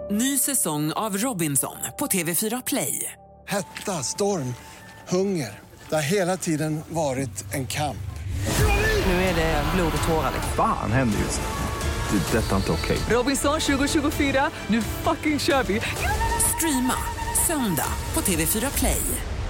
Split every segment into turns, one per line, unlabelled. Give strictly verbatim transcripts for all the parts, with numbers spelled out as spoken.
Ny säsong av Robinson på T V fyra Play.
Hetta, storm, hunger. Det har hela tiden varit en kamp.
Nu är det blod och tårar.
Fan händer just det. Det är detta inte okej.
Robinson tjugo tjugofyra, nu fucking kör vi. Streama söndag på T V fyra Play.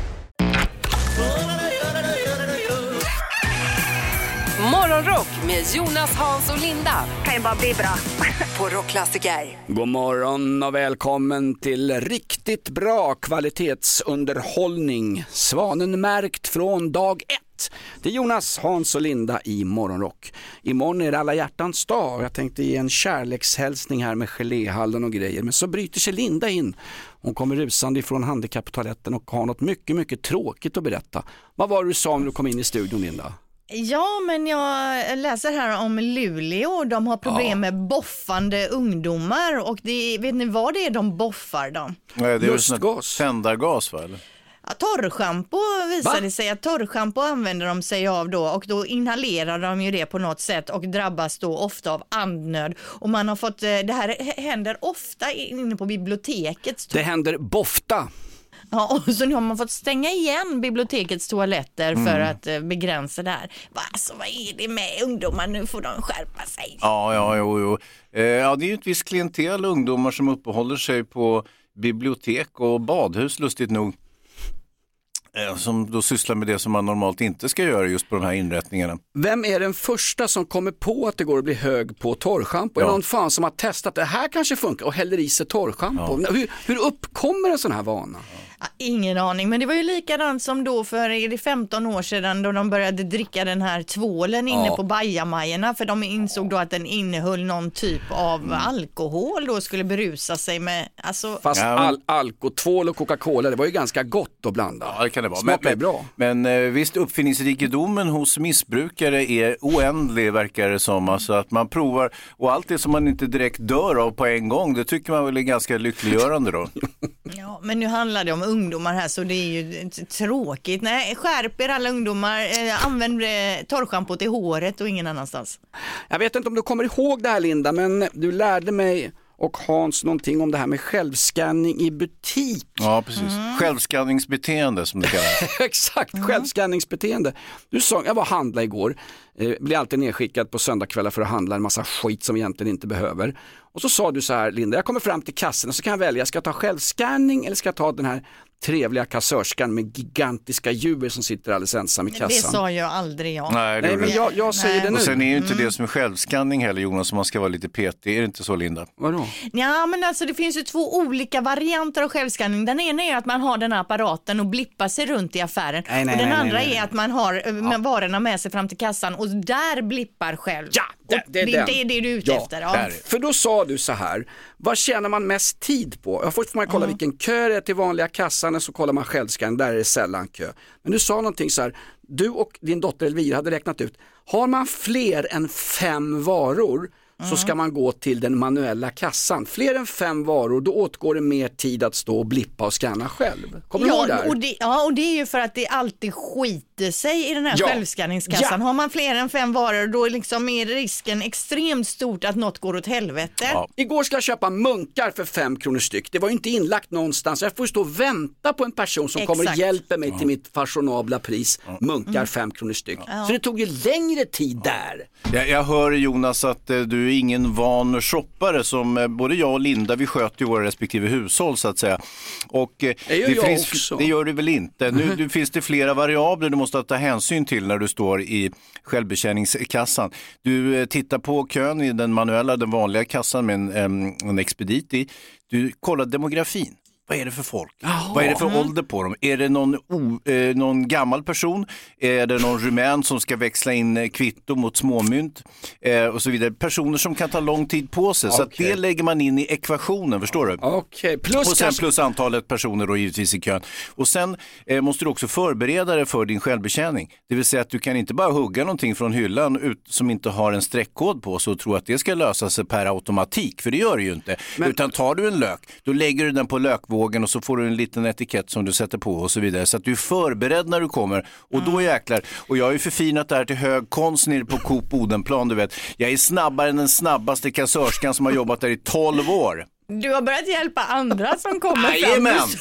Morgonrock med Jonas, Hans och Linda.
Kan ju bara bli bra.
På Rockklassiker.
God morgon och välkommen till riktigt bra kvalitetsunderhållning. Svanenmärkt från dag ett. Det är Jonas, Hans och Linda i Morgonrock. Imorgon är det alla hjärtans dag. Jag tänkte ge en kärlekshälsning här med geléhallen och grejer. Men så bryter sig Linda in. Hon kommer rusande ifrån handikapptoaletten och har något mycket, mycket tråkigt att berätta. Vad var det du sa när du kom in i studion, Linda?
Ja, men jag läser här om Luleå. De har problem ja. med boffande ungdomar. Och det, vet ni vad det är de boffar då?
Nej, det är
lustgas.
Tändargas, va? Eller?
Ja, torrschampo visade det sig att torrschampo använder de sig av då. Och då inhalerar de ju det på något sätt och drabbas då ofta av andnöd. Och man har fått, det här händer ofta inne på biblioteket.
Det händer bofta.
Ja, och så nu har man fått stänga igen bibliotekets toaletter för
Mm.
att begränsa det här. Alltså, vad är det med ungdomar? Nu får de skärpa sig.
Ja, ja, jo, jo. Eh, ja, det är ju ett visst klientel ungdomar som uppehåller sig på bibliotek och badhus, lustigt nog. Eh, som då sysslar med det som man normalt inte ska göra just på de här inrättningarna.
Vem är den första som kommer på att det går att bli hög på torrschampo?
Ja.
Är det någon fan som har testat det här kanske funkar och häller i sig torrschampo? Ja. Hur, hur uppkommer en sån här vana?
Ja, ingen aning, men det var ju likadant som då för är det femton år sedan då de började dricka den här tvålen inne
Ja.
på bajamajorna, för de insåg då att den innehöll någon typ av mm. alkohol då skulle berusa sig med. Alltså...
Fast
Ja.
al- alkotvål och Coca-Cola, det var ju ganska gott att blanda.
Ja, det kan det vara.
Smakar
Men,
bra.
men eh, visst, uppfinningsrikedomen hos missbrukare är oändlig, verkar det som. Alltså att man provar, och allt det som man inte direkt dör av på en gång, det tycker man väl är ganska lyckliggörande då.
Ja, men nu handlar det om ungdomar här, så det är ju tråkigt. Nej, skärp er alla ungdomar, eh, använd eh, torrschampot i håret och ingen annanstans.
Jag vet inte om du kommer ihåg det här, Linda, men du lärde mig och Hans någonting om det här med självskanning i butik.
Ja, precis. Mm. Självskanningsbeteende som det kallas.
Exakt, mm. självskanningsbeteende. Du sa, jag var handla igår, eh, blir alltid nedskickad på söndagskvällar för att handla en massa skit som egentligen inte behöver. Och så sa du så här, Linda, jag kommer fram till kassan och så kan jag välja, ska jag ta självskanning eller ska jag ta den här trevliga kassörskan med gigantiska djur som sitter alldeles ensam i kassan?
Det sa jag aldrig, ja.
Nej, det
Nej, men jag, jag säger
Nej.
det nu.
Och sen är ju inte mm. det som är självskanning heller, Jonas, om man ska vara lite petig. Är det inte så, Linda?
Vadå?
Ja, men alltså det finns ju två olika varianter av självskanning. Den ena är att man har den här apparaten och blippar sig runt i affären.
Nej, nej,
och den
nej,
andra
nej, nej.
är att man har
Ja.
med varorna med sig fram till kassan och där blippar själv.
Ja, det,
Och
det,
det,
är
det är det du är ute
ja,
efter. Ja.
där.
För då sa du så här, vad tjänar man mest tid på? Jag får man kolla
Mm.
vilken kö det är till vanliga kassan, och så kollar man självskanning, där är det sällan kö. Men du sa någonting så här, du och din dotter Elvira hade räknat ut, har man fler än fem varor så ska man gå till den manuella kassan. Fler än fem varor, då åtgår det mer tid att stå och blippa och scanna själv. Kommer du ihåg det
Ja,
här?
och det, ja, och det är ju för att det alltid skiter sig i den här
Ja.
självskanningskassan.
Ja.
Har man fler än fem varor, då liksom är risken extremt stort att något går åt helvete.
Ja.
Igår ska jag köpa munkar för fem kronor styck. Det var ju inte inlagt någonstans. Jag får stå och vänta på en person som
Exakt.
kommer och hjälper mig till mitt fashionabla pris. Munkar fem kronor styck. Så det tog ju längre tid där.
Jag, jag hör, Jonas, att eh, du är ingen van shoppare som eh, både jag och Linda, vi sköter ju våra respektive hushåll så att säga. Och, eh,
Det gör
det
jag
finns,
också.
Det gör du väl inte. Nu, nu finns det flera variabler du måste ta hänsyn till när du står i självbetjäningskassan. Du eh, tittar på kön i den manuella, den vanliga kassan med en, en, en expedit i. Du kollar demografin. Vad är det för folk?
Jaha.
Vad är det för ålder på dem? Är det någon, o, eh, någon gammal person? Är det någon rumän som ska växla in eh, kvitto mot småmynt? Eh, och så vidare. Personer som kan ta lång tid på sig. Så att
Okej.
det lägger man in i ekvationen, förstår du?
Okej, plus
Och sen
kanske...
plus antalet personer då givetvis i kön. Och sen eh, måste du också förbereda dig för din självbetjäning. Det vill säga att du kan inte bara hugga någonting från hyllan ut, som inte har en streckkod på sig och tro att det ska lösa sig per automatik. För det gör det ju inte.
Men...
Utan tar du en lök, då lägger du den på lökvågen och så får du en liten etikett som du sätter på och så vidare. Så att du är förberedd när du kommer. Och då jäklar. Och jag har ju förfinat det här till hög konst nere på Coop Odenplan, du vet. Jag är snabbare än den snabbaste kassörskan som har jobbat där i tolv år.
Du har börjat hjälpa andra som kommer
Jajamän.
fram.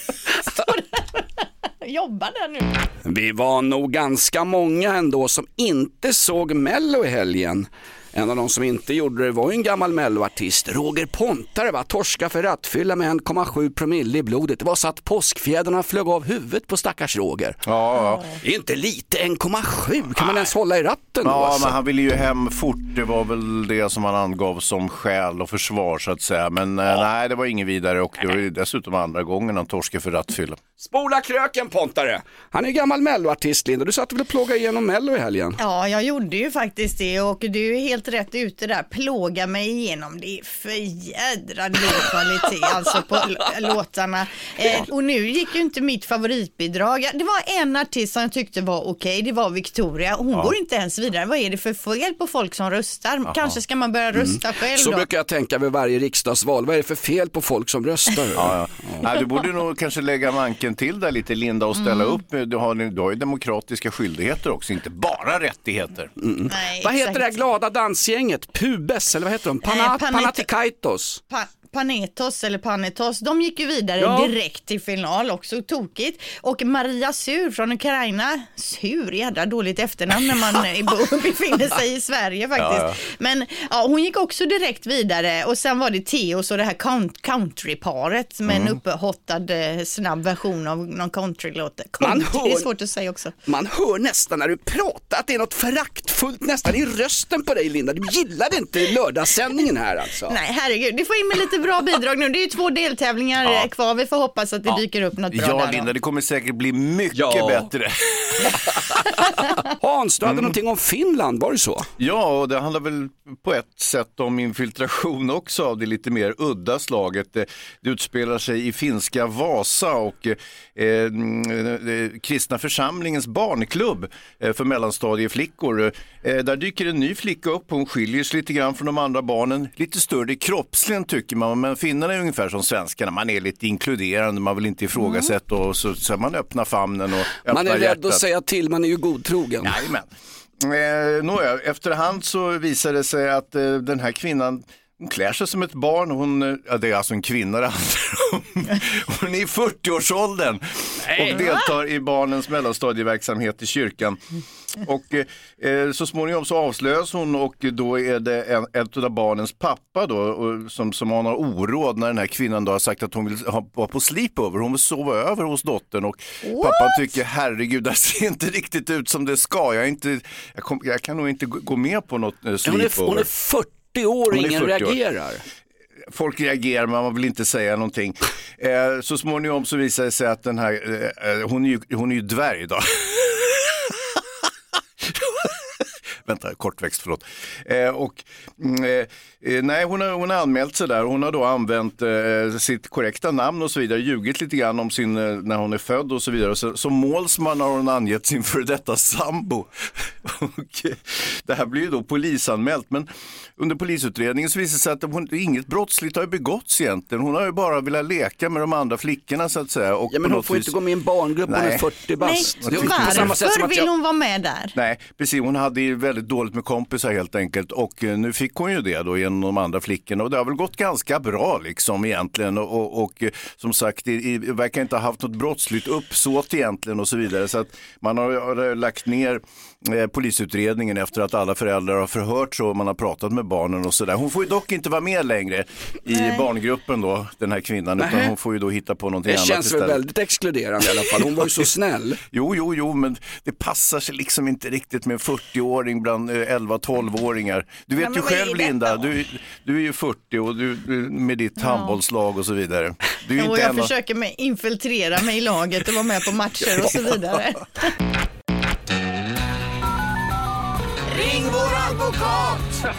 Jobbar där nu.
Vi var nog ganska många ändå som inte såg Mello i helgen. En av de som inte gjorde det var ju en gammal Mello-artist, Roger Pontare, va? Torska för rattfylla med en komma sju promille i blodet. Det var så att påskfjädrarna flög av huvudet på stackars Roger.
Ja, ja.
Inte lite, en komma sju kan man ens hålla i ratten då,
Ja,
alltså.
men han ville ju hem fort. Det var väl det som han angav som skäl och försvar så att säga. Men ja. nej, det var ingen vidare och det var ju dessutom andra gången han torskade för rattfylla.
Spola kröken, Pontare! Han är ju gammal Mello-artist, Linda. Du sa att du ville plåga igenom Mello i helgen.
Ja, jag gjorde ju faktiskt det och du är helt rätt ute där. Plåga mig igenom. Det är för jädra låg kvalitet alltså på l- låtarna. Eh, och nu gick ju inte mitt favoritbidrag. Det var en artist som jag tyckte var okej. Det var Victoria. Hon ja. går inte ens vidare. Vad är det för fel på folk som röstar? Aha. Kanske ska man börja rösta mm. själv
Så
då.
brukar jag tänka vid varje riksdagsval. Vad är det för fel på folk som röstar?
ja, ja. Ja. Nej, du borde nog kanske lägga manken till där lite, Linda, och ställa mm. upp. Du har, du har ju demokratiska skyldigheter också, inte bara rättigheter.
Mm.
Nej,
vad heter
exakt.
det här glada dansgänget? Pubes, eller vad heter de? Pana-
eh, Panet-
Panathinaikos.
Pa- Panetos eller Panetos, de gick ju vidare
ja.
direkt till final, också tokigt. Och Maria Sur från Ukraina, Sur, jädra dåligt efternamn när man befinner sig i Sverige faktiskt. Ja, ja. Men ja, hon gick också direkt vidare och sen var det Teos och det här count- countryparet med mm. en upphottad snabb version av någon countrylåt. Country, hör, det är svårt att säga också.
Man hör nästan när du pratar att det är något föraktfullt nästan i rösten på dig, Linda. Du gillade inte lördagssändningen här alltså.
Nej, herregud. Du får in med lite bra bidrag nu. Det är ju två deltävlingar ja. kvar. Vi får hoppas att det ja. dyker upp något bra
ja,
där.
Ja, Linda, det kommer säkert bli mycket
ja.
bättre.
Hans, du hade mm. någonting om Finland, var det så?
Ja, och det handlar väl på ett sätt om infiltration också av det lite mer udda slaget. Det, det utspelar sig i finska Vasa och eh, eh, kristna församlingens barnklubb eh, för mellanstadieflickor. Eh, där dyker en ny flicka upp. Hon skiljer sig lite grann från de andra barnen. Lite större kroppsligen tycker man, men finnarna är ungefär som svenskarna. Man är lite inkluderande, man vill inte ifrågasätta mm. och så, så man öppnar famnen och öppnar
man är rädd
hjärtat.
att säga till, man är ju godtrogen.
Jajamän. Eh, nåja, efterhand så visade det sig att eh, den här kvinnan, hon klär sig som ett barn. Hon, ja, det är alltså en kvinna det handlar om. Hon är i fyrtioårsåldern och deltar i barnens mellanstadieverksamhet i kyrkan. Och eh, så småningom så avslöjas hon och då är det en, en av barnens pappa då och, som, som har oråd när den här kvinnan då har sagt att hon vill ha, vara på sleepover. Hon vill sova över hos dottern och What? pappan tycker herregud, det ser inte riktigt ut som det ska. Jag, är inte, jag, kom, jag kan nog inte gå med på något eh, sleepover.
Hon är, hon är fyrtio år och ingen reagerar.
Folk reagerar men man vill inte säga någonting. Eh, så småningom så visar det sig att den här, eh, hon, är ju, hon är ju dvärg då. Vänta, kortväxt, förlåt. Eh, och, eh, nej, hon har, hon har anmält sig där. Hon har då använt eh, sitt korrekta namn och så vidare. Ljugit lite grann om sin, eh, när hon är född och så vidare. Så, som målsman har hon angett sin för detta sambo. och, eh, det här blir ju då polisanmält. Men under polisutredningen så visar det sig att hon, inget brottsligt har begåtts egentligen. Hon har ju bara velat leka med de andra flickorna så att säga. Och
ja, men hon får vis... inte gå med i en barngrupp, hon är fyrtio bast.
Nej, varför vill hon vara med där?
Nej, precis. Hon hade ju väldigt dåligt med kompisar helt enkelt och nu fick hon ju det då genom de andra flickorna och det har väl gått ganska bra liksom egentligen och, och, och som sagt det, det verkar inte ha haft något brottsligt uppsåt egentligen och så vidare så att man har, har lagt ner eh, polisutredningen efter att alla föräldrar har förhört så man har pratat med barnen och sådär. Hon får ju dock inte vara med längre i Nej. barngruppen då, den här kvinnan, Nej. utan hon får ju då hitta på någonting
det
annat
känns
istället.
Väl väldigt exkluderande i alla fall, hon var ju så snäll.
jo, jo, jo, men det passar sig liksom inte riktigt med en fyrtio-åring bland elva-tolv-åringar. Du vet ja, ju själv Linda, du, du är ju fyrtio och du, med ditt ja. handbollslag och så vidare. Du är
ja,
inte
och jag
ena...
försöker med, infiltrera mig i laget och vara med på matcher och så vidare.
Ring vår advokat!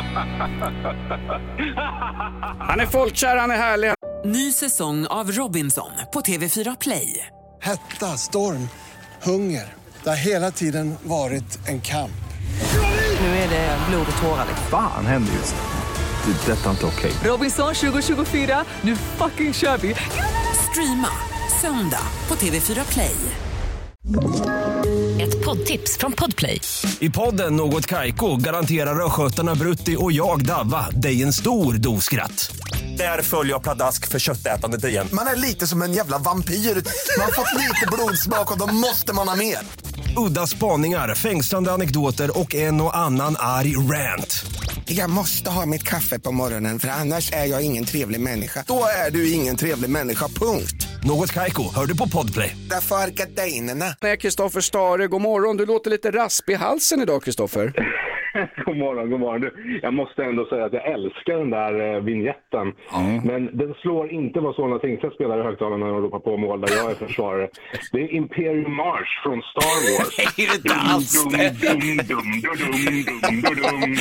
Han är folkkär, han är härlig.
Ny säsong av Robinson på T V fyra Play.
Hetta, storm, hunger. Det har hela tiden varit en kamp.
Nu är det blod och tårar.
Fan händer just det. Det är detta inte okej.
Okay. Robinson tjugo tjugofyra, nu fucking kör vi. Streama söndag på T V fyra Play.
Ett poddtips från Podplay.
I podden Något Kaiko garanterar röskötarna Brutti och jag Davva dig en stor doskratt. Där följer jag pladask för köttätandet igen.
Man är lite som en jävla vampyr. Man har fått lite blodsmak och då måste man ha mer.
Udda spaningar, fängslande anekdoter och en och annan arg rant.
Jag måste ha mitt kaffe på morgonen för annars är jag ingen trevlig människa. Då är du ingen trevlig människa, punkt.
Något Kaiko, hör du på Podplay.
Därför är gardinerna.
Nej, Kristoffer Stare, god morgon. Du låter lite rasp i halsen idag, Kristoffer.
God morgon, god morgon. Du, jag måste ändå säga att jag älskar den där eh, vignetten. Mm. Men den slår inte vad Solna Tingsrätt spelar i högtalarna när de ropar på mål där jag är försvarare. Det är Imperial March från Star Wars.
Det är inte alls det.
Dum, dum, dum, dum, dum, dum.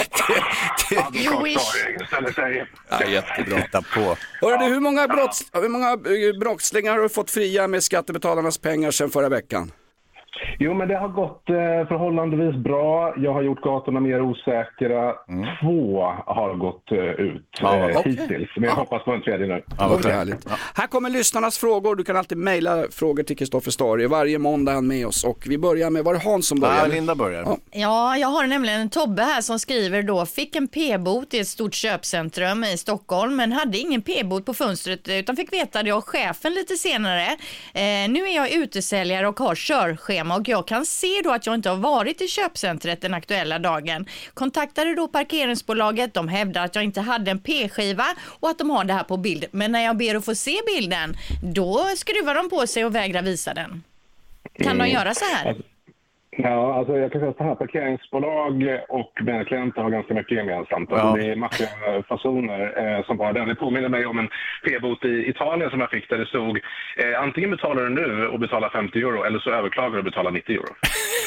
Ställer sig.
Ja, jättebra. På. Hörru, du, hur många, brotts, hur många brottslingar har du fått fria med skattebetalarnas pengar sedan förra veckan?
Jo, men det har gått eh, förhållandevis bra. Jag har gjort gatorna mer osäkra. Mm. Två har gått eh, ut
ja,
eh,
okay.
hittills. Men jag ja. hoppas på en tredje nu.
Ja, okay. Härligt. Ja. Här kommer lyssnarnas frågor. Du kan alltid mejla frågor till Kristoffer Stare. Varje måndag är han med oss. Och vi börjar med, var det Hans som börjar?
Ja, Linda börjar.
Ja. ja, jag har nämligen en Tobbe här som skriver då. Fick en p-bot i ett stort köpcentrum i Stockholm. Men hade ingen p-bot på fönstret utan fick veta det av chefen lite senare. Eh, nu är jag utesäljare och har körschema. Och jag kan se då att jag inte har varit i köpcentret den aktuella dagen. Kontaktade då parkeringsbolaget. De hävdar att jag inte hade en p-skiva och att de har det här på bild. Men när jag ber att få se bilden, då skruvar de på sig och vägrar visa den. Kan mm. de göra så här?
Ja, alltså jag kan säga att det här parkeringsbolag och mina klienter har ganska mycket gemensamt. Alltså ja. Det är massor fasoner eh, som har den. Det påminner mig om en p-bot i Italien som jag fick där det stod eh, antingen betalar du nu och betalar femtio euro eller så överklagar du och betalar nittio euro.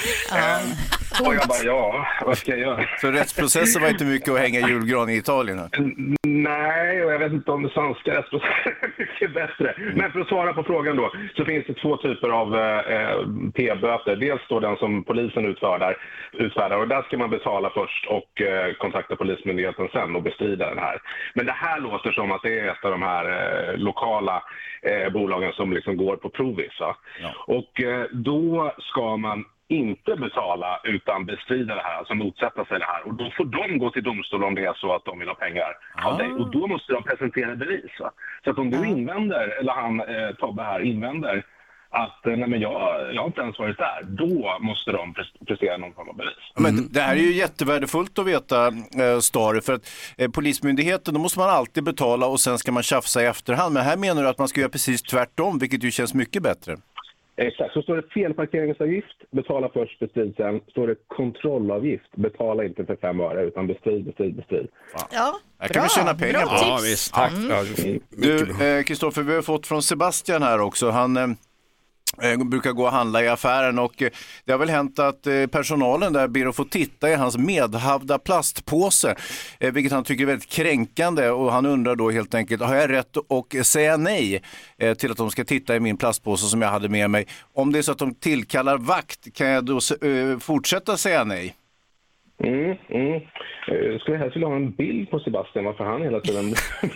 eh, och jag bara, ja, vad ska jag göra?
Så rättsprocessen var inte mycket att hänga julgran i Italien? Här.
Nej, och jag vet inte om det svenska rättsprocessen är mycket bättre. Men för att svara på frågan då, så finns det två typer av eh, p-böter. Dels står den som polisen utfärdar, utfärdar och där ska man betala först och eh, kontakta polismyndigheten sen och bestrida den här. Men det här låter som att det är ett av de här eh, lokala eh, bolagen som liksom går på provis. Ja. Och eh, då ska man inte betala utan bestrida det här, alltså motsätta sig det här. Och då får de gå till domstol om det är så att de vill ha pengar ah. av dig. Och då måste de presentera bevis. Va? Så att om du invänder, eller han eh, Tobbe här invänder att nej, men jag, jag har inte ens varit där, då måste de prestera någon form av bevis.
Mm. Men det här är ju jättevärdefullt att veta, eh, Stare, för att eh, polismyndigheten, då måste man alltid betala och sen ska man tjafsa i efterhand. Men här menar du att man ska göra precis tvärtom, vilket ju känns mycket bättre.
Exakt, så står det felparkeringsavgift, betala först, bestrid sen. Står det kontrollavgift, betala inte för fem öre utan bestrid, bestrid, bestrid.
Ja,
här kan vi tjäna pengar
bra
på.
tips.
Ja,
visst, tack.
Mm.
Du, Kristoffer, vi har fått från Sebastian här också. Han eh, brukar gå och handla i affären och eh, det har väl hänt att eh, personalen där ber att få titta i hans medhavda plastpåse, eh, vilket han tycker är väldigt kränkande, och han undrar då helt enkelt, har jag rätt att säga nej eh, till att de ska titta i min plastpåse som jag hade med mig? Om det är så att de tillkallar vakt, kan jag då eh, fortsätta säga nej?
Mm, mm. Jag skulle helst vilja ha en bild på Sebastian, varför han hela tiden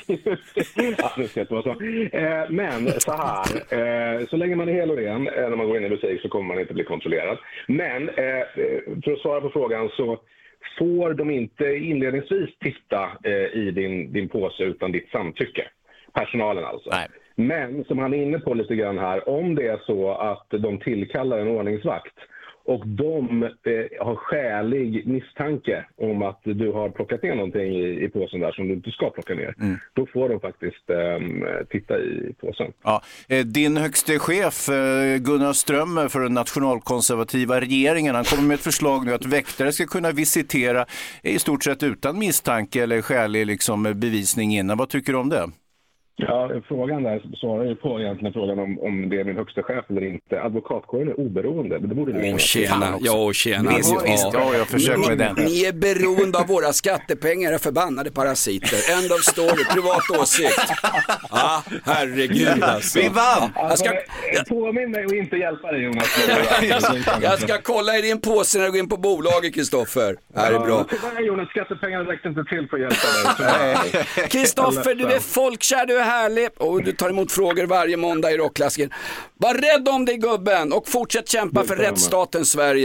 ja, nu ska jag inte vara så. Eh, men så här, eh, så länge man är hel och ren eh, när man går in i butik så kommer man inte bli kontrollerad. Men eh, för att svara på frågan så får de inte inledningsvis titta eh, i din, din påse utan ditt samtycke. Personalen alltså. Nej. Men som han är inne på lite grann här, om det är så att de tillkallar en ordningsvakt och de eh, har skälig misstanke om att du har plockat ner någonting i, i påsen där som du inte ska plocka ner. Mm. Då får de faktiskt eh, titta i påsen.
Ja, eh, din högste chef eh, Gunnar Strömmer för den nationalkonservativa regeringen, han kommer med ett förslag nu att väktare ska kunna visitera i stort sett utan misstanke eller skälig liksom, bevisning innan. Vad tycker du om det?
Ja, frågan där svarar ju på egentligen frågan om, om det är min högsta chef eller inte. Advokatkåren är oberoende. Det borde du
oh, tjena. Ja, tjena.
Visst, ja. Visst, ja, jag försöker med den.
Ni är beroende av våra skattepengar, förbannade parasiter. End of story, privat åsikt. Ja, herregud alltså.
Vi vann!
Jag ska... Påminn mig och inte hjälpa dig, Jonas.
jag, ska, jag ska kolla i din påse när du går in på bolaget, Kristoffer. Här är bra.
Tyvärr, Jonas, skattepengarna räckte inte till för att hjälpa dig.
Kristoffer, du är folkkär, du är härlig och du tar emot frågor varje måndag i Rockklassiker. Var rädd om dig, gubben, och fortsätt kämpa för rättsstaten Sverige.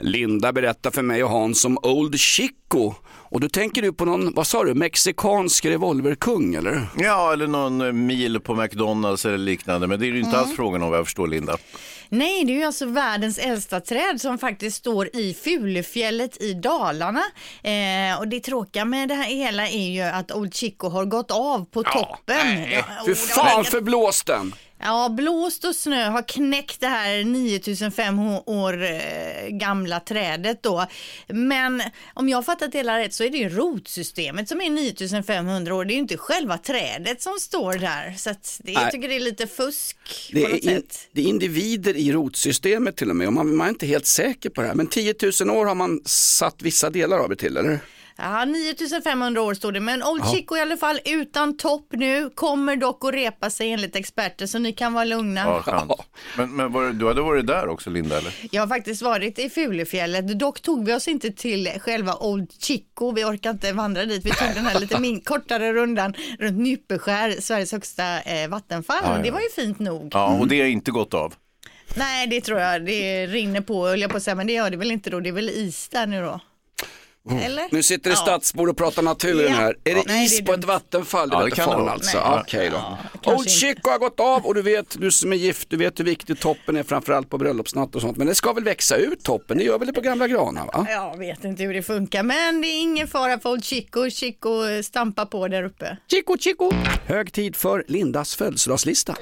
Linda berättar för mig och Hans om Old Chico. Och då tänker du på någon, vad sa du, mexikansk revolverkung eller?
Ja, eller någon mil på McDonalds eller liknande. Men det är ju inte mm. alls frågan om vad jag förstår, Linda.
Nej, det är ju alltså världens äldsta träd som faktiskt står i Fulefjället i Dalarna. Eh, och det tråkiga med det här hela är ju att Old Chico har gått av på
ja,
toppen.
Nej, för fan för blåsten!
Ja, blåst och snö har knäckt det här nio tusen femhundra år gamla trädet då. Men om jag har fattat hela rätt så är det ju rotsystemet som är nio tusen femhundra år. Det är ju inte själva trädet som står där. Så att det, jag tycker det är lite fusk
det
på något
är in,
sätt.
Det är individer i rotsystemet till och med. Och man, man är inte helt säker på det här. Men tio tusen år har man satt vissa delar av det till, eller?
Ja, nio tusen femhundra år står det, men Old ja. Chico i alla fall utan topp nu, kommer dock att repa sig enligt experter, så ni kan vara lugna.
Ja, ja. Men, men var, du hade varit där också, Linda, eller?
Jag har faktiskt varit i Fulefjället, dock tog vi oss inte till själva Old Chico, vi orkar inte vandra dit, vi tog den här lite min- kortare rundan runt Nyppeskär, Sveriges högsta eh, vattenfall, ja, ja. Det var ju fint nog.
Ja, och det har inte gått av.
Nej, det tror jag, det rinner på, höll jag på att säga, men det gör det väl inte då, det är väl is där nu då. Eller?
Nu sitter det ja. stadsbor och pratar naturen ja. här. Är det ja. is Nej, det på det. ett vattenfall? Det, ja, det kan fan alltså. Okej okay, då. Ja, Old Chico har gått av och du vet, du som är gift, du vet hur viktig toppen är framförallt på bröllopsnatt och sånt. Men det ska väl växa ut toppen? Det gör väl det på Gamla Grana, va?
Jag vet inte hur det funkar, men det är ingen fara för Old Chico. Chico stampar på där uppe.
Chico, Chico. Hög tid för Lindas födelsedagslista.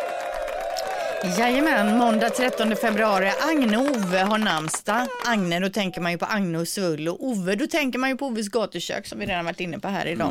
Jajamän, måndag trettonde februari. Agne och Ove har namnsdag. Agne, då tänker man ju på Agne och Svull, och Ove, då tänker man ju på Oves gatukök som vi redan varit inne på här idag.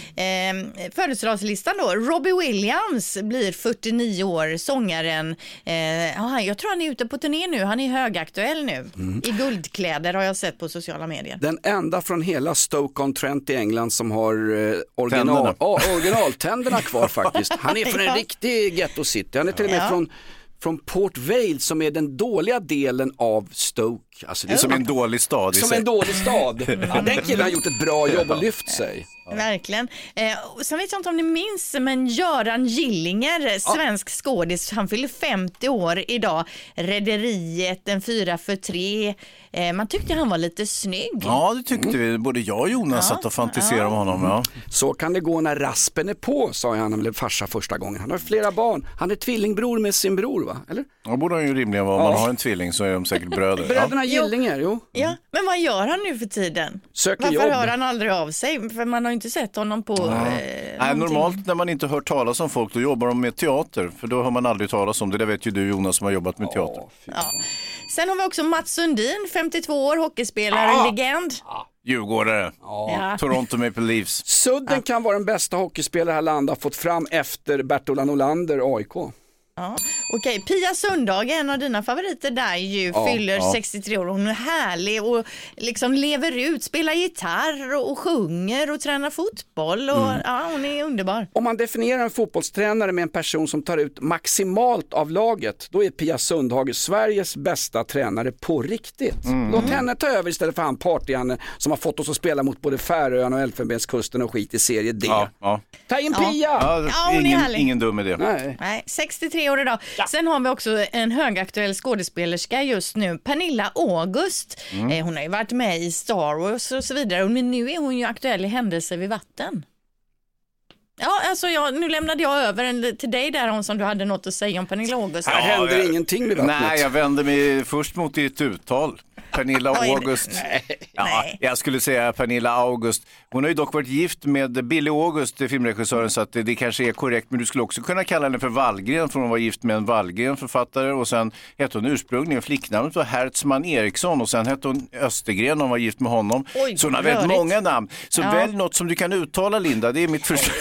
Mm. Eh, födelsedagslistan då. Robbie Williams blir fyrtionio år, sångaren. Eh, aha, jag tror han är ute på turné nu, han är högaktuell nu. Mm. I guldkläder har jag sett på sociala medier.
Den enda från hela Stoke-on-Trent i England som har eh, original, oh, originaltänderna kvar faktiskt. Han är från en riktig ghetto city, han är till och med ja. från Från Port Vale som är den dåliga delen av Stoke.
Alltså det är som en dålig stad.
Som en dålig stad. Ja, den killen har gjort ett bra jobb och lyft sig.
Ja. Verkligen. Eh, sen vet jag inte om ni minns, men Göran Gillinger, svensk ja. skådis, han fyller femtio år idag. Rederiet, en fyra för tre. Eh, man tyckte han var lite snygg.
Ja, det tyckte vi. Både jag och Jonas ja. satt och fantiserade ja. om honom. Ja.
Så kan det gå när raspen är på, sa han när han blev farsa första gången. Han har flera barn. Han är tvillingbror med sin bror, va? Eller?
Ja, borde han ju rimligen vara. Om ja. man har en tvilling så är de säkert bröder.
Bröderna ja. Gillinger, jo.
Ja, men vad gör han nu för tiden?
Söker
Varför
jobb.
hör han aldrig av sig? För man har ju inte sett honom på... Ja. Eh,
Nej, normalt när man inte hör talas om folk, då jobbar de med teater. För då har man aldrig talat om det. Det vet ju du, Jonas, som har jobbat med teater. Oh,
ja. Sen har vi också Mats Sundin, femtiotvå år, hockeyspelare, ah. legend.
Ah. Djurgårdare, ja. Toronto Maple Leafs.
Sudden ja. kan vara den bästa hockeyspelare här landet har fått fram efter Bertola Norlander, A I K.
Ja. Okej, Pia Sundhage, en av dina favoriter där ju, ja, fyller ja. sextiotre år. Hon är härlig och liksom lever ut, spelar gitarr och, och sjunger och tränar fotboll och mm. ja, hon är underbar.
Om man definierar en fotbollstränare med en person som tar ut maximalt av laget, då är Pia Sundhage Sveriges bästa tränare på riktigt. Mm. Låt henne ta över istället för han partyan som har fått oss att spela mot både Färöarna och Elfenbenskusten och skit i serie D.
Ja, ja.
Ta in Pia!
Ja, ja, hon ingen, är härlig. Ingen dum idé.
Nej. Nej, sextiotre år idag. Ja. Sen har vi också en högaktuell skådespelerska just nu, Pernilla August. Mm. Eh, hon har ju varit med i Star Wars och så vidare, men nu är hon ju aktuell i Händelser vid vatten. Ja, alltså jag, nu lämnade jag över en, till dig där, Hans, om du hade något att säga om Pernilla August.
Här ja, händer jag, ingenting med vattnet.
Nej, jag vände mig först mot ditt uttal. Pernilla August.
Nej.
Ja,
Nej.
Jag skulle säga Pernilla August. Hon har ju dock varit gift med Billy August, filmregissören, så att det, det kanske är korrekt. Men du skulle också kunna kalla henne för Wallgren, för hon var gift med en Wallgren författare. Och sen hette hon ursprungligen, flicknamnet var Hertzman Eriksson. Och sen hette hon Östergren, hon var gift med honom.
Oj,
så hon har väldigt många namn. Så ja. välj något som du kan uttala, Linda. Det är mitt förslag.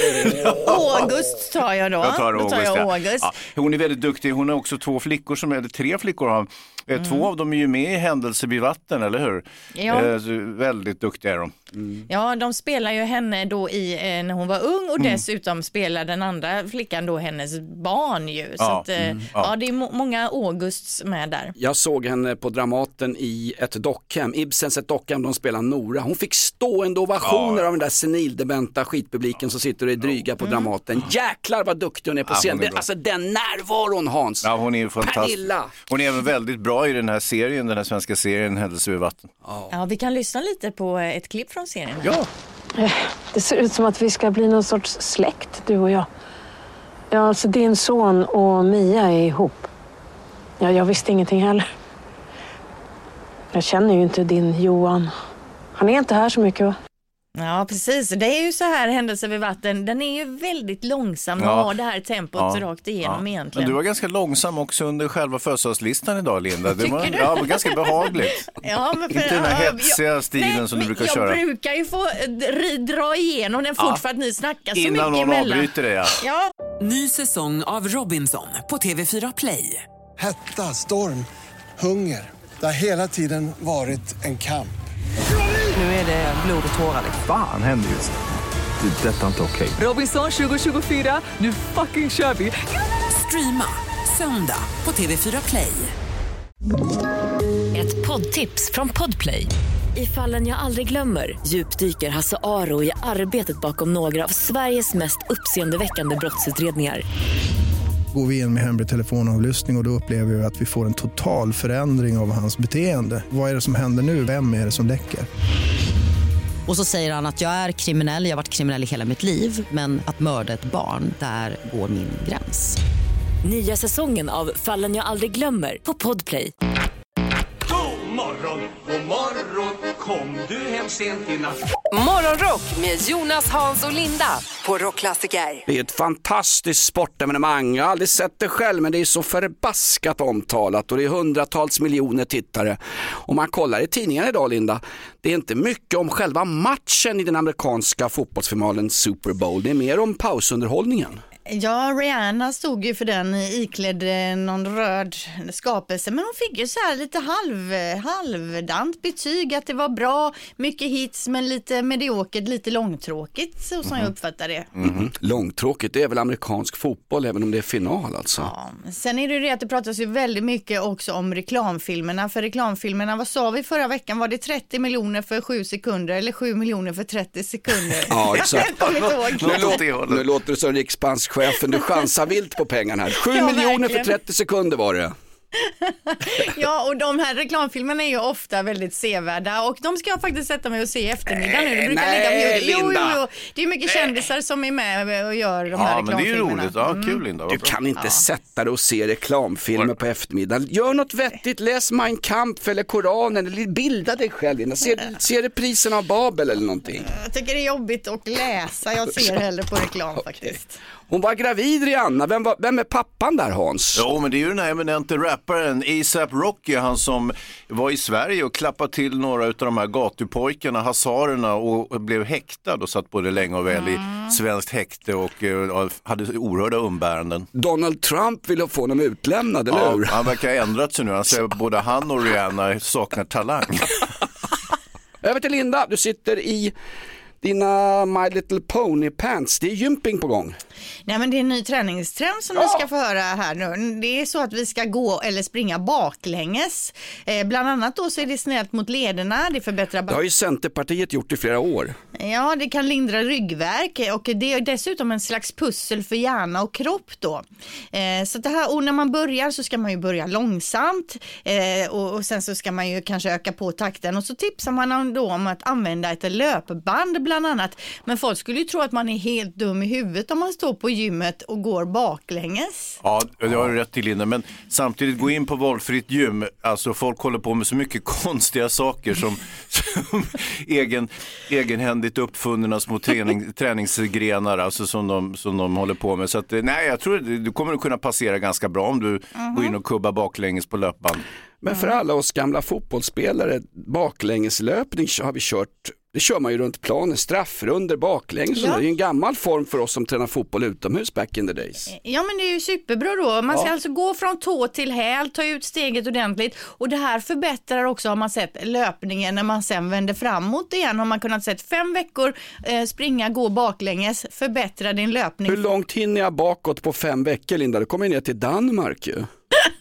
August tar jag då.
Jag tar August,
då tar jag
ja.
August.
Ja. Hon är väldigt duktig. Hon har också två flickor, som eller tre flickor har. Mm. Två av dem är ju med i Händelser vid vatten, eller hur?
Ja.
Eh, väldigt duktiga är de.
Mm. Ja, de spelar ju henne då i, eh, när hon var ung och mm. dessutom spelar den andra flickan då hennes barn ju. Så
ja.
att, eh, mm. ja. ja, det är må- många Augusts med där.
Jag såg henne på Dramaten i ett dockhem, Ibsens ett dockhem, de spelar Nora. Hon fick stående ovationer ja. av den där senildementa skitpubliken som sitter och är dryga på mm. Dramaten. Jäklar vad duktig hon är på ja, scen. Är alltså den närvaron, Hans.
Ja, hon är fantastisk.
Pernilla.
Hon är även väldigt bra bra i den här serien, den här svenska serien Händelse vid vatten.
Ja. ja, vi kan lyssna lite på ett klipp från serien.
Ja.
Det ser ut som att vi ska bli någon sorts släkt, du och jag. Ja, alltså din son och Mia är ihop. Ja, jag visste ingenting heller. Jag känner ju inte din Johan. Han är inte här så mycket, va?
Ja, precis. Det är ju så här, Händelse vid vatten. Den är ju väldigt långsam och
Ja.
har det här tempot
Ja.
rakt igenom
Ja.
egentligen.
Men du var ganska långsam också under själva födelsedagslistan idag, Linda. Det var,
Tycker du?
ja, det var ganska behagligt.
Ja, men för,
Inte den här
ja,
hetsiga
jag-
stilen
nej,
som du
men
brukar
jag
köra.
Jag brukar ju få eh, dra igenom den fort
Ja.
för att ni snackar så
Innan
mycket
någon
emellan.
avbryter det, ja.
Ja.
Ny säsong av Robinson på T V fyra Play.
Hetta, storm, hunger. Det har hela tiden varit en kamp.
Nu är det blod och tårar.
Fan händer just det. Det är detta inte okej.
Robinson tjugo tjugofyra, nu fucking kör vi. Streama söndag på T V fyra Play.
Ett poddtips från Podplay. I Fallen jag aldrig glömmer djupdyker Hasse Aro i arbetet bakom några av Sveriges mest uppseendeväckande brottsutredningar.
Går vi in med hemlig telefonavlyssning och, och då upplever vi att vi får en total förändring av hans beteende. Vad är det som händer nu? Vem är det som läcker?
Och så säger han att jag är kriminell, jag har varit kriminell i hela mitt liv, men att mörda ett barn, där går min gräns.
Nya säsongen av Fallen jag aldrig glömmer på Podplay.
God morgon, god morgon, kom du hem sent i natt?
Morgonrock med Jonas, Hans och Linda på Rockklassiker.
Det är ett fantastiskt sportevenemang. Jag har aldrig sett det själv, men det är så förbaskat omtalat och det är hundratals miljoner tittare. Om man kollar i tidningen idag, Linda, det är inte mycket om själva matchen i den amerikanska fotbollsfinalen Super Bowl. Det är mer om pausunderhållningen.
Ja, Rihanna stod ju för den iklädd någon röd skapelse, men hon fick ju så här lite halv, halvdant betyg att det var bra, mycket hits men lite mediokert, lite långtråkigt så som
Mm-hmm.
jag uppfattar det.
Mm. Långtråkigt, det är väl amerikansk fotboll även om det är final alltså.
Ja, sen är det ju det att det pratas ju väldigt mycket också om reklamfilmerna, för reklamfilmerna, vad sa vi förra veckan, var det trettio miljoner för sju sekunder eller sju miljoner för trettio sekunder?
Ja, exakt.
Jag kommer inte ihåg.
Nu, låter, nu låter du som riksbankschefen, du chansar vilt på pengarna här. Sju
Ja,
miljoner
verkligen.
för trettio sekunder var det.
Ja, och de här reklamfilmerna är ju ofta väldigt sevärda och de ska jag faktiskt sätta mig och se i eftermiddag nu. Det brukar
nej,
ligga jo, jo,
Linda.
jo. Det är mycket kändisar som är med och gör de här
Ja, men det är ju
reklamfilmerna.
roligt. Ja,
Mm.
kul, Linda.
Du kan inte sätta dig och se reklamfilmer på eftermiddagen. Gör något vettigt, läs Mein Kampf eller Koranen eller bilda dig själv, Linda. Se, se reprisen av Babel eller någonting.
Jag tycker det är jobbigt att läsa, jag ser hellre på reklam faktiskt.
Hon var gravid, Rihanna. Vem, var, vem är pappan där, Hans?
Jo, men det är ju den här eminente rapparen A$AP Rocky, han som var i Sverige och klappade till några av de här gatupojkarna, hasarerna, och blev häktad och satt både länge och väl i svenskt häkte och uh, hade oerhörda umbäranden.
Donald Trump ville få honom utlämnad, eller
Ja,
hur?
han verkar ha ändrat sig nu. Han säger att både han och Rihanna saknar talang.
Över till Linda, du sitter i dina My Little Pony pants. Det är gymping på gång.
Nej, men det är en ny träningstrend som ni ska få höra här nu. Det är så att vi ska gå eller springa baklänges. Eh, bland annat då så är det snällt mot lederna, det förbättrar...
Det har ju Centerpartiet gjort i flera år.
Ja, det kan lindra ryggvärk och det är dessutom en slags pussel för hjärna och kropp då. Eh, så det här, och när man börjar så ska man ju börja långsamt eh, och, och sen så ska man ju kanske öka på takten och så tipsar man då om att använda ett löpband bland annat. Men folk skulle ju tro att man är helt dum i huvudet om man står på gymmet och går baklänges.
Ja, det har du rätt till, Linda, men samtidigt gå in på valfritt gym, alltså folk håller på med så mycket konstiga saker som, som egen, egenhändigt uppfunna små träning, träningsgrenar, alltså som de, som de håller på med, så att nej, jag tror att du kommer att kunna passera ganska bra om du mm-hmm. går in och kubbar baklänges på löpband.
Men för alla oss gamla fotbollsspelare, baklängeslöpning har vi kört. Det kör man ju runt planen, straffrunder, baklänges. Ja. Det är ju en gammal form för oss som tränar fotboll utomhus back in the days.
Ja, men det är ju superbra då. Man ska ja. alltså gå från tå till häl, ta ut steget ordentligt. Och det här förbättrar också, har man sett, löpningen när man sen vänder framåt igen. Har man kunnat sett fem veckor eh, springa, gå baklänges, förbättra din löpning.
Hur långt hinner jag bakåt på fem veckor, Linda? Det kommer ner till Danmark ju.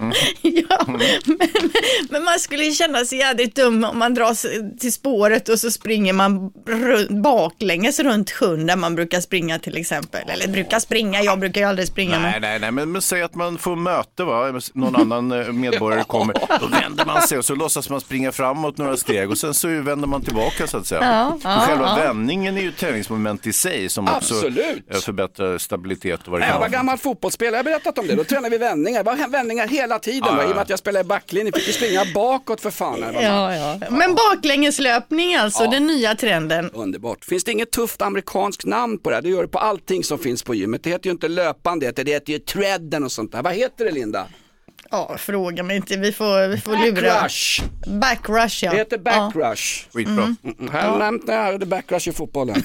Mm.
Ja, men, men man skulle ju känna sig jävligt dum om man dras till spåret och så springer man runt, baklänges runt sjön där man brukar springa till exempel. Eller brukar springa, jag brukar ju aldrig springa.
Nej,
men...
nej, nej, men, men säg att man får möte, va? Någon annan medborgare kommer, då vänder man sig och så låtsas man springa framåt några steg och sen så vänder man tillbaka så att säga.
Ja, ja,
själva
ja.
vändningen är ju ett tävlingsmoment i sig som
Absolut.
också förbättrar stabilitet och vad det
Jag
kan
var
vara.
gammal fotbollsspelare, jag har berättat om det. Då tränar vi vändningar. Det var vändningar hela tiden.
Ja,
va?
ja.
I och med att jag spelade i backlinjen fick vi springa bakåt för fan. Här, va?
Ja, ja. Men baklängeslöpning alltså,
Ja.
den nya trenden.
Underbart. Finns det inget tufft amerikanskt namn på det här? Det gör det på allting som finns på gymmet. Det heter ju inte löpande, det heter ju treaden och sånt där. Vad heter det, Linda?
Ja, fråga mig inte, vi får, vi får lura.
Backrush.
Backrush, ja.
Det heter backrush.
Ja. Skitbra.
Mm. Mm. Här har nämnt det här, det backrush i fotbollen.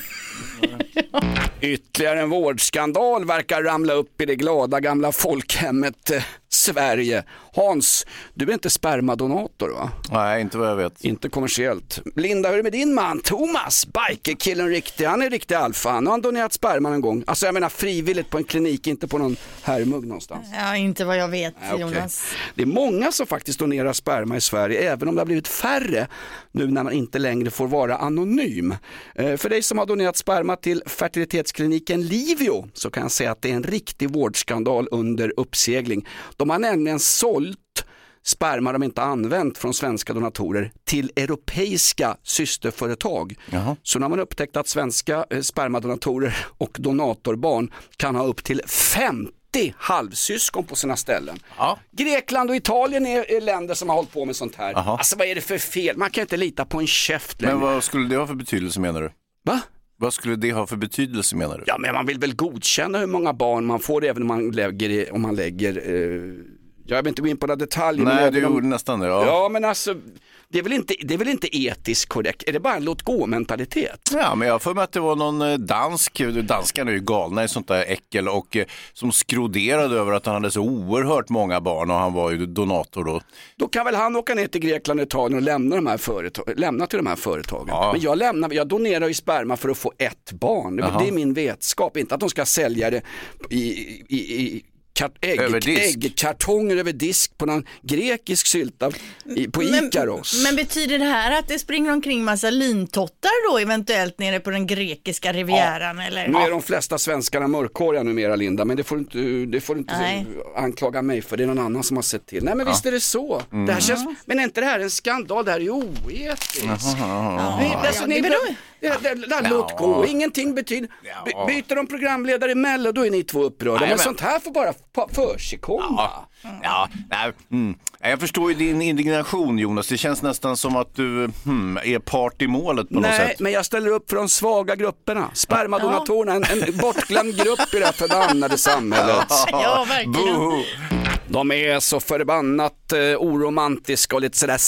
Ytterligare en vårdskandal verkar ramla upp i det glada gamla folkhemmet eh, Sverige. Hans, du är inte spermadonator, va?
Nej, inte vad jag vet.
Inte kommersiellt. Linda, hur är det med din man? Thomas, bikerkillen riktig. Han är riktig alfa. Han har donerat sperma en gång. Alltså jag menar frivilligt på en klinik, inte på någon härmugg någonstans.
Ja, inte vad jag vet,
Nej, okay.
Jonas.
Det är många som faktiskt donerar sperma i Sverige, även om det har blivit färre nu när man inte längre får vara anonym. Eh, för dig som har donerat sperma till fertilitetskliniken Livio så kan jag säga att det är en riktig vårdskandal under uppsegling. De har nämligen sålt sperma de inte använt från svenska donatorer till europeiska systerföretag.
Jaha.
Så när man upptäckt att svenska eh, spermadonatorer och donatorbarn kan ha upp till femtio halvsyskon på sina ställen.
Ja.
Grekland och Italien är, är länder som har hållit på med sånt här.
Aha.
Alltså vad är det för fel? Man kan inte lita på en käft längre.
Men vad skulle det ha för betydelse, menar du?
Va?
Vad skulle det ha för betydelse, menar du?
Ja, men man vill väl godkänna hur många barn man får även om man lägger, om man lägger eh, jag vill inte gå in på några detaljer.
Nej,
men
du
de,
gjorde nästan det. Ja,
ja men alltså det är, väl inte, det är väl inte etiskt korrekt. Är det bara en låt-gå-mentalitet?
Ja, men jag får med att det var någon dansk, danskarna är ju galna i sånt där äckel och eh, som skroderade över att han hade så oerhört många barn och han var ju donator då.
Då kan väl han åka ner till Grekland och Italien och lämna, de här företag, lämna till de här företagen.
Ja.
Men jag, lämnar, jag donerar ju sperma för att få ett barn. Det, det är min vetskap, inte att de ska sälja det i... i, i Kart, ägg,
över disk.
äggkartonger över disk på någon grekisk sylta i, på Ikaros.
Men, men betyder det här att det springer omkring massa lintottar då eventuellt nere på den grekiska rivieran?
Ja.
Eller?
Nu är de flesta svenskarna mörkhåriga numera, Linda, men det får inte, det får inte anklaga mig för det är någon annan som har sett till. Nej, men ja. Visst är det så.
Mm.
Det här känns, men är inte det här en skandal? Det här är ju oetiskt.
Ja,
ja, alltså, ni, det, det, det, det, låt gå, ingenting betyder. By, byter de programledare emellan, då är ni två upprörda. Nej, men, men sånt här får bara för sig komma.
Ja, ja nej, mm. Jag förstår ju din indignation, Jonas. Det känns nästan som att du hmm, är part i målet på
Nej,
något sätt.
Nej, men jag ställer upp för de svaga grupperna. Spermadonatorerna, en, en bortglömd grupp i det här förbannade samhället.
Ja, verkligen.
Boo. De är så förbannat eh, oromantiska och lite sådär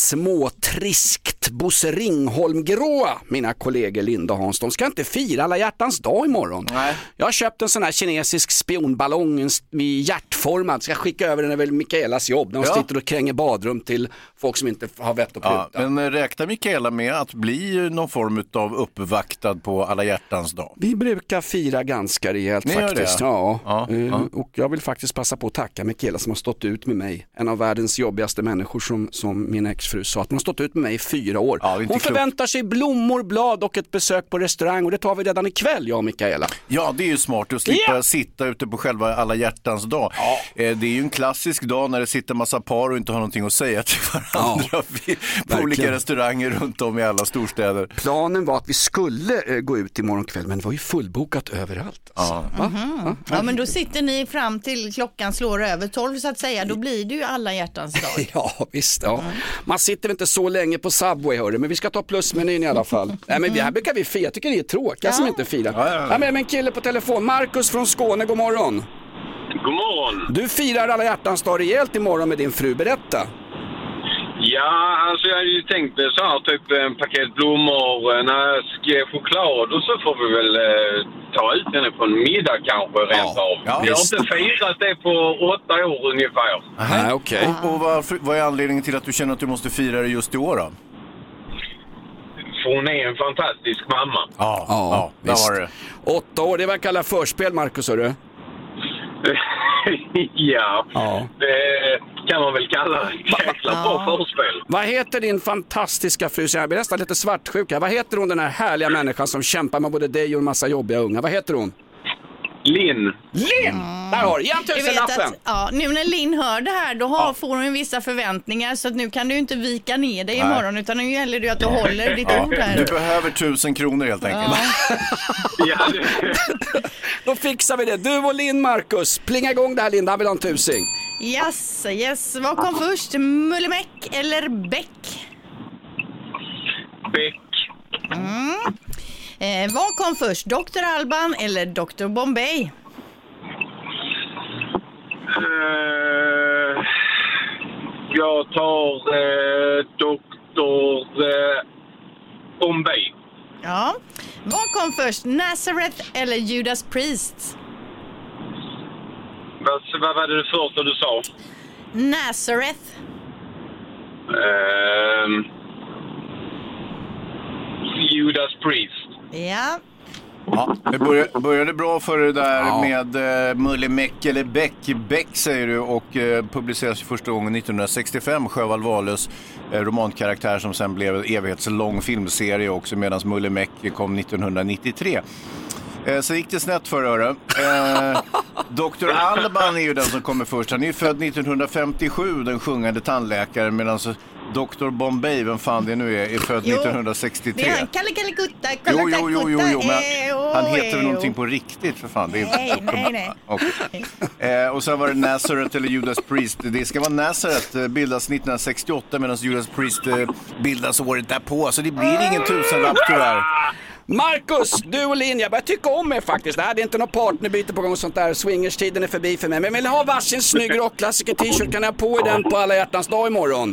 småtriskt Bosse Ringholm-gråa, mina kollegor Linda och Hans. De ska inte fira alla hjärtans dag imorgon. Nej. Jag har köpt en sån här kinesisk spionballong i hjärtformad. Ska skicka över den över Mikaelas jobb när hon ja. sitter och kränger badrum till folk som inte har vett att pruta.
Ja, men räknar Mikaela med att bli någon form av uppvaktad på alla hjärtans dag?
Vi brukar fira ganska rejält Ni faktiskt. Ja. Ja, uh, ja. Och jag vill faktiskt passa på att tacka Mikaela som har stått ut med mig. En av världens jobbigaste människor som, som min exfru sa. Att hon har stått ut med mig i fyra år. Ja, hon förväntar sig blommor, blad och ett besök på restaurang. Och det tar vi redan ikväll, jag och Mikaela.
Ja, det är ju smart att slippa
yeah.
sitta ute på själva alla hjärtans dag. Ja. Det är ju en klassisk dag när det sitter massa par och inte har någonting att säga till varandra. Ja, på verkligen. Olika restauranger runt om i alla storstäder.
Planen var att vi skulle eh, gå ut imorgon kväll, men det var ju fullbokat överallt.
Ja.
Va? Mm-hmm. Ja, men då sitter ni fram till klockan slår över tolv så att säga. Då blir det ju alla hjärtans dag.
Ja, visst. Ja. Mm. Man sitter inte så länge på Subway, hörru, men vi ska ta plusmenyn i alla fall. Nej, men det här brukar vi fira. Jag tycker det är tråkiga ja. som inte firar. Ja, ja, ja. Ja, men en kille på telefon. Marcus från Skåne, god morgon.
God morgon.
Du firar alla hjärtans dag rejält imorgon med din fru. Berätta.
Ja, alltså jag hade ju tänkt mig så här, typ en paket blommor, en ask choklad och så får vi väl eh, ta ut henne på en middag kanske rent ja, av. Ja, vi har inte firat det på åtta år ungefär.
Nej, okej. Okay.
Och, och vad, vad är anledningen till att du känner att du måste fira det just i år då?
För hon är en fantastisk mamma.
Ja, ja, ja där var det.
Åtta år, det var kalla förspel, Marcus, hörru.
ja,
ja.
Det, kan man väl kalla det. Jäkla bra förspel.
Vad heter din fantastiska fru? Jag blir nästan lite svartsjuk här. Vad heter hon, den här härliga människan som kämpar med både dig och en massa jobbiga unga? Vad heter hon?
Linn.
Linn! Där har du igen tusenlappen.
Ja, nu när Linn hör det här, då har, ja. får hon vissa förväntningar, så att nu kan du inte vika ner dig
Nej.
imorgon, utan nu gäller det att du håller ditt
Ja,
ord här.
du behöver tusen kronor helt enkelt.
Ja.
Då fixar vi det. Du och Linn, Marcus. Plinga igång det här, Linda. Han vill ha en tusing.
Yes, yes. Vad kom först? Mullemäck eller Bäck?
Bäck.
Mm. Eh, vad kom först? doktor Alban eller doktor Bombay?
Uh, jag tar uh, doktor uh, Bombay.
Ja. Vad kom först? Nazareth eller Judas Priest?
Vad, vad var det första du sa?
Nazareth.
Uh, Judas Priest.
Ja.
Ja, det började, började bra för det där ja. med uh, Mullemäck eller Bäck. Bäck säger du, och uh, publicerades första gången nittonhundrasextiofem. Sjöwall Wahlöös uh, romankaraktär som sen blev en evighetslång filmserie också, medan Mullemäck kom nittonhundranittiotre. Uh, så gick det snett för öre. Uh, doktor Alban är ju den som kommer först. Han är ju född nittonhundrafemtiosju, den sjungande tandläkaren, medan så doktor Bombay, vem fan det nu är, är född
jo,
nittonhundrasextiotre.
Det är han, Kalle Kalle Kutta,
jo, jo, jo, jo, jo, men
eh,
han heter väl
eh,
någonting på riktigt för fan. Det är
nej, nej, nej.
Okay. Eh, och sen var det Nazareth eller Judas Priest. Det ska vara Nazareth, eh, bildas nittonhundrasextioåtta, medan Judas Priest eh, bildas året därpå. Så det blir ingen tusenlapp tyvärr.
Marcus, du och Linn, jag börjar tycka om er faktiskt. Det här är inte något partnerbyte på gång och sånt där. Swingers-tiden är förbi för mig. Men jag vill ha varsin snygg rockklassiker t-shirt. Kan jag ha på i den på alla hjärtans dag imorgon?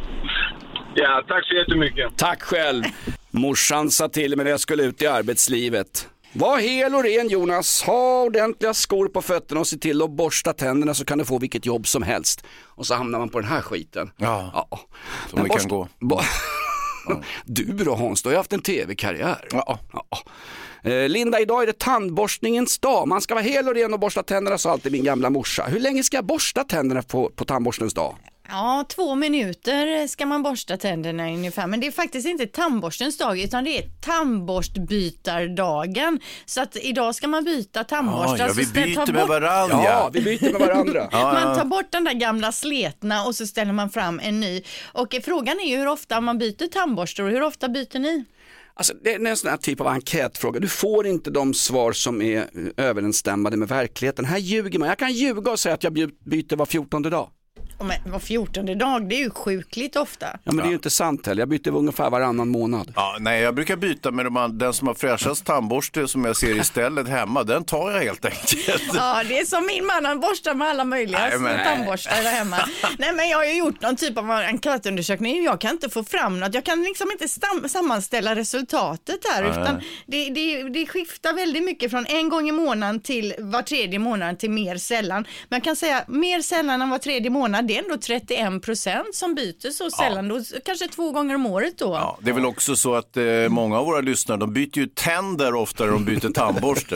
Ja, tack så jättemycket.
Tack själv. Morsan sa till mig när jag skulle ut i arbetslivet: var hel och ren, Jonas. Ha ordentliga skor på fötterna och se till att borsta tänderna, så kan du få vilket jobb som helst. Och så hamnar man på den här skiten.
Ja,
ja.
som det borsta... kan gå.
Bo... Du då, Hans, du har ju haft en tv-karriär. Ja. Ja. Eh, Linda, idag är det tandborstningens dag. Man ska vara hel och ren och borsta tänderna, sa alltid min gamla morsa. Hur länge ska jag borsta tänderna på, på tandborstens dag?
Ja, två minuter ska man borsta tänderna ungefär. Men det är faktiskt inte tandborstens dag, utan det är tandborstbytardagen. Så att idag ska man byta tandborstar.
Ja, ja, vi byter
bort...
med varandra.
Ja, vi byter med varandra.
ja, man tar bort den där gamla sletna och så ställer man fram en ny. Och frågan är ju hur ofta man byter tandborstar, och hur ofta byter ni?
Alltså, det är en sån här typ av enkätfråga. Du får inte de svar som är överensstämmande med verkligheten. Här ljuger man. Jag kan ljuga och säga att jag byter var fjortonde dag.
Men var fjortonde dag, det är ju sjukligt ofta.
Ja, men det är ju inte sant heller. Jag byter ungefär varannan månad.
Ja, nej, jag brukar byta med de, den som har fräschast tandborste som jag ser istället hemma. Den tar jag helt enkelt.
Ja, det är som min man, han borstar med alla möjliga nej, men... tandborstar där hemma. Nej, men jag har ju gjort någon typ av enkätundersökning. Jag kan inte få fram något. Jag kan liksom inte stam- sammanställa resultatet här. Nej. Utan det, det, det skiftar väldigt mycket från en gång i månaden till var tredje månad till mer sällan. Men jag kan säga mer sällan än var tredje månad. Det är ändå trettioen procent som byter så sällan, ja. Då, kanske två gånger om året då.
Ja, det är väl också så att eh, många av våra lyssnare, de byter ju tänder oftare än de byter tandborste.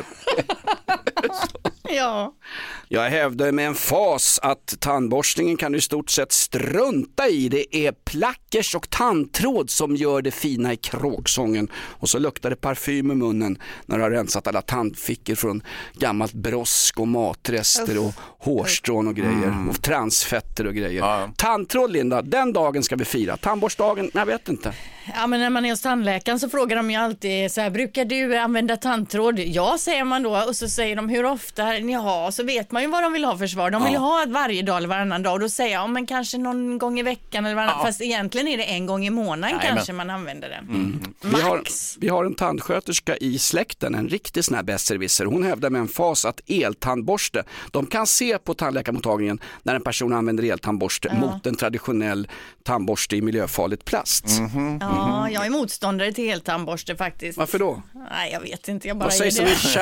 Ja.
Jag hävdar med en fas att tandborstningen kan du i stort sett strunta i. Det är plackers och tandtråd som gör det fina i kråksången. Och så luktar det parfym i munnen när du har rensat alla tandfickor från gammalt brosk och matrester och hårstrån och grejer. Mm. Och transfetter och grejer. Ja. Tandtråd, Linda, den dagen ska vi fira. Tandborstdagen, jag vet inte.
Ja, men när man är hos tandläkaren så frågar de ju alltid så här: brukar du använda tandtråd? Ja, säger man då, och så säger de hur ofta. Ja, så vet man ju vad de vill ha för svar. De vill ja. ha varje dag eller varannan dag, och då säger jag, ja, men kanske någon gång i veckan eller varannan, ja. fast egentligen är det en gång i månaden. Nej, kanske men... man använder den.
Mm. Vi, har, vi har en tandsköterska i släkten, en riktig sån här besserwisser. Hon hävdar med en fas att eltandborste, de kan se på tandläkarmottagningen när en person använder eltandborste ja. mot en traditionell tandborste i miljöfarligt plast.
Mm-hmm.
Ja, jag är motståndare till eltandborste faktiskt.
Varför då?
Nej, jag vet inte, jag bara
Vad sägs det.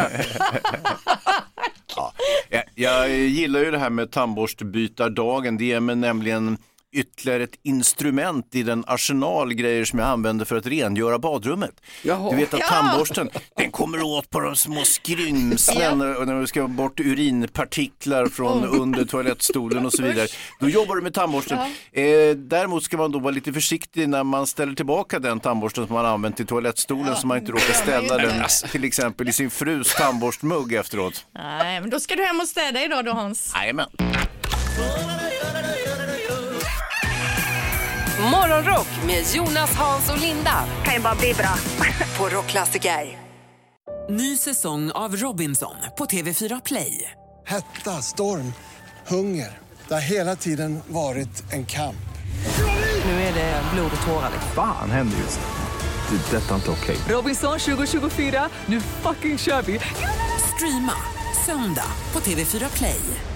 Ja, jag, jag gillar ju det här med tandborstebytardagen. Det är med nämligen ytterligare ett instrument i den arsenal grejer som jag använder för att rengöra badrummet.
Jaha.
Du vet att
Ja.
tandborsten, den kommer åt på de små skrymslen när, när vi ska bort urinpartiklar från under toalettstolen och så vidare. Då jobbar du med tandborsten. Eh, däremot ska man då vara lite försiktig när man ställer tillbaka den tandborsten som man har använt i toalettstolen ja. så man inte råkar ställa den till exempel i sin frus tandborstmugg efteråt.
Nej, men då ska du hem och städa idag då, Hans.
Jajamän.
Morgonrock med Jonas, Hans och Linda.
Kan ju bara bli bra.
På Rockklassiker.
Ny säsong av Robinson på T V fyra Play.
Hetta, storm, hunger. Det har hela tiden varit en kamp.
Nu är det blod och tårar.
Fan händer just det. Det är detta inte okej.
Robinson tjugo tjugofyra, nu fucking kör vi. Streama söndag på T V fyra Play.